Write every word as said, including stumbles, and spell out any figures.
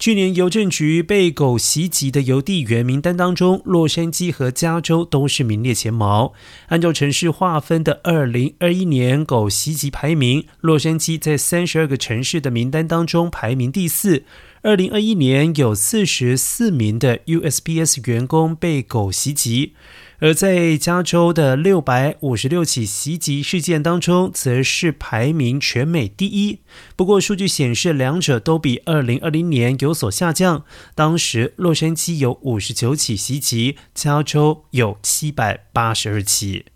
去年邮政局被狗袭击的邮递员名单当中，洛杉矶和加州都是名列前茅。按照城市划分的二零二一年狗袭击排名，洛杉矶在三十二个城市的名单当中排名第四。二零二一年有四十四名的 U S P S 员工被狗袭击，而在加州的六百五十六起袭击事件当中，则是排名全美第一。不过数据显示，两者都比二零二零年有所下降。当时洛杉矶有五十九起袭击，加州有七百八十二起。